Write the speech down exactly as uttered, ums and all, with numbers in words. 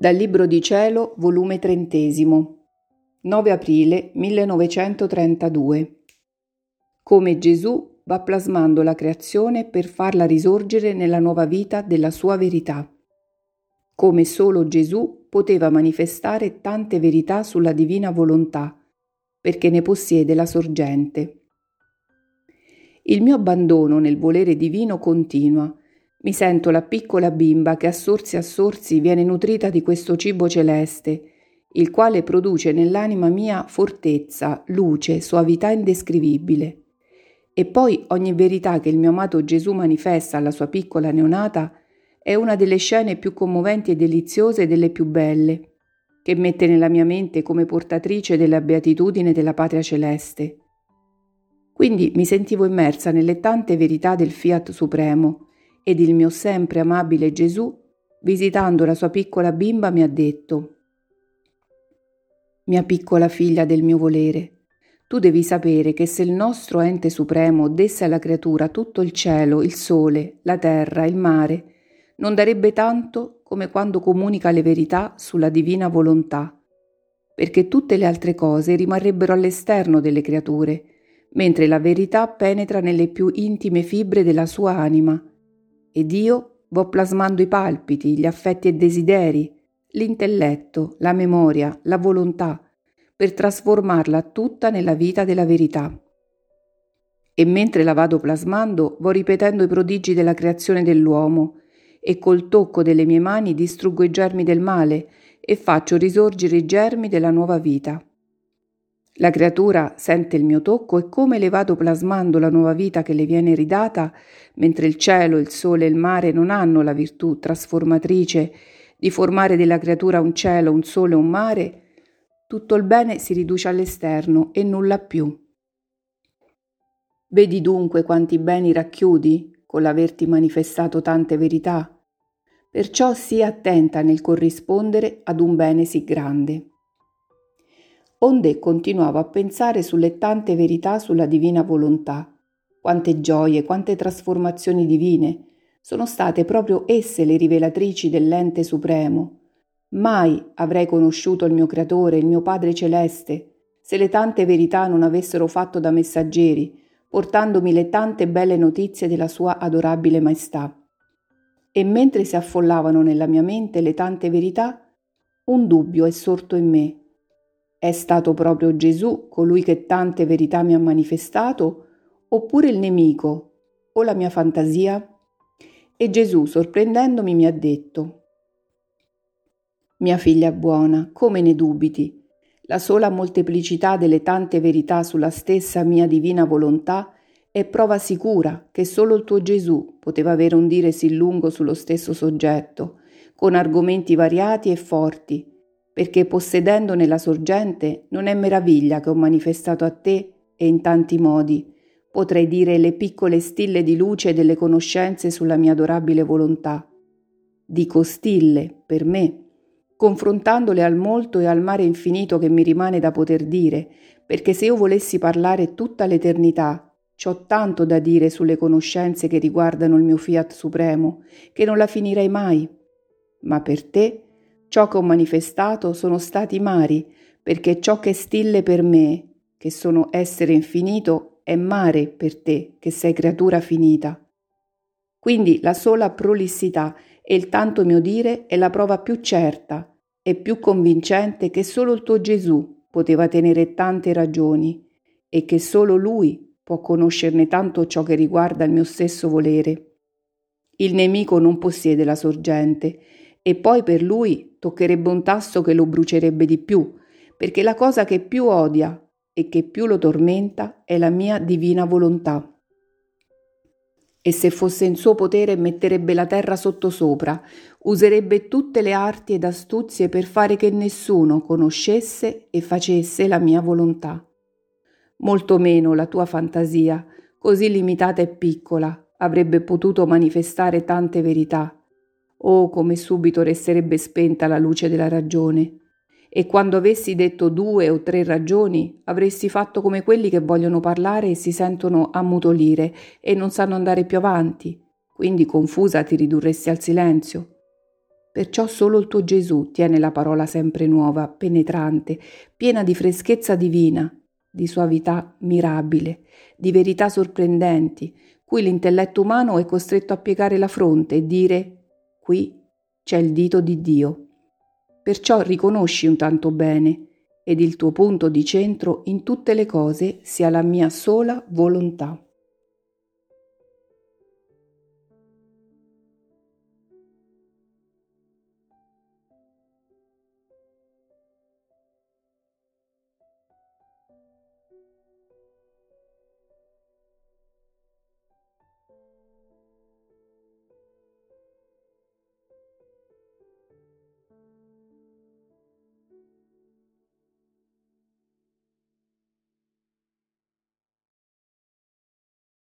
Dal Libro di Cielo, volume trentesimo, nove aprile millenovecentotrentadue. Come Gesù va plasmando la creazione per farla risorgere nella nuova vita della sua verità. Come solo Gesù poteva manifestare tante verità sulla divina volontà, perché ne possiede la sorgente. Il mio abbandono nel volere divino continua. Mi sento la piccola bimba che a sorsi a sorsi viene nutrita di questo cibo celeste, il quale produce nell'anima mia fortezza, luce, soavità indescrivibile. E poi ogni verità che il mio amato Gesù manifesta alla sua piccola neonata è una delle scene più commoventi e deliziose e delle più belle, che mette nella mia mente come portatrice della beatitudine della patria celeste. Quindi mi sentivo immersa nelle tante verità del Fiat Supremo, ed il mio sempre amabile Gesù, visitando la sua piccola bimba, mi ha detto: «Mia piccola figlia del mio volere, tu devi sapere che se il nostro ente supremo desse alla creatura tutto il cielo, il sole, la terra, il mare, non darebbe tanto come quando comunica le verità sulla divina volontà, perché tutte le altre cose rimarrebbero all'esterno delle creature, mentre la verità penetra nelle più intime fibre della sua anima. Ed io vo plasmando i palpiti, gli affetti e desideri, l'intelletto, la memoria, la volontà, per trasformarla tutta nella vita della verità. E mentre la vado plasmando, vo ripetendo i prodigi della creazione dell'uomo, e col tocco delle mie mani distruggo i germi del male e faccio risorgere i germi della nuova vita. La creatura sente il mio tocco e come le vado plasmando la nuova vita che le viene ridata, mentre il cielo, il sole e il mare non hanno la virtù trasformatrice di formare della creatura un cielo, un sole, un mare, tutto il bene si riduce all'esterno e nulla più. Vedi dunque quanti beni racchiudi con l'averti manifestato tante verità? Perciò sii attenta nel corrispondere ad un bene sì grande». Onde continuavo a pensare sulle tante verità sulla divina volontà. Quante gioie, quante trasformazioni divine. Sono state proprio esse le rivelatrici dell'ente supremo. Mai avrei conosciuto il mio Creatore, il mio Padre Celeste, se le tante verità non avessero fatto da messaggeri, portandomi le tante belle notizie della sua adorabile maestà. E mentre si affollavano nella mia mente le tante verità, un dubbio è sorto in me. È stato proprio Gesù colui che tante verità mi ha manifestato, oppure il nemico o la mia fantasia? E Gesù, sorprendendomi, mi ha detto: «Mia figlia buona, come ne dubiti? La sola molteplicità delle tante verità sulla stessa mia divina volontà è prova sicura che solo il tuo Gesù poteva avere un dire sì lungo sullo stesso soggetto, con argomenti variati e forti, perché possedendone la sorgente non è meraviglia che ho manifestato a te e in tanti modi, potrei dire le piccole stille di luce delle conoscenze sulla mia adorabile volontà. Dico stille, per me, confrontandole al molto e al mare infinito che mi rimane da poter dire, perché se io volessi parlare tutta l'eternità, c'ho tanto da dire sulle conoscenze che riguardano il mio Fiat Supremo, che non la finirei mai. Ma per te, ciò che ho manifestato sono stati mari, perché ciò che è stille per me, che sono essere infinito, è mare per te, che sei creatura finita. Quindi la sola prolissità e il tanto mio dire è la prova più certa e più convincente che solo il tuo Gesù poteva tenere tante ragioni e che solo Lui può conoscerne tanto ciò che riguarda il mio stesso volere. Il nemico non possiede la sorgente, e poi per lui toccherebbe un tasto che lo brucerebbe di più, perché la cosa che più odia e che più lo tormenta è la mia divina volontà. E se fosse in suo potere metterebbe la terra sottosopra, userebbe tutte le arti ed astuzie per fare che nessuno conoscesse e facesse la mia volontà. Molto meno la tua fantasia, così limitata e piccola, avrebbe potuto manifestare tante verità. Oh, come subito resterebbe spenta la luce della ragione. E quando avessi detto due o tre ragioni, avresti fatto come quelli che vogliono parlare e si sentono ammutolire e non sanno andare più avanti, quindi confusa ti ridurresti al silenzio. Perciò solo il tuo Gesù tiene la parola sempre nuova, penetrante, piena di freschezza divina, di suavità mirabile, di verità sorprendenti, cui l'intelletto umano è costretto a piegare la fronte e dire: qui c'è il dito di Dio. Perciò riconosci un tanto bene, ed il tuo punto di centro in tutte le cose sia la mia sola volontà.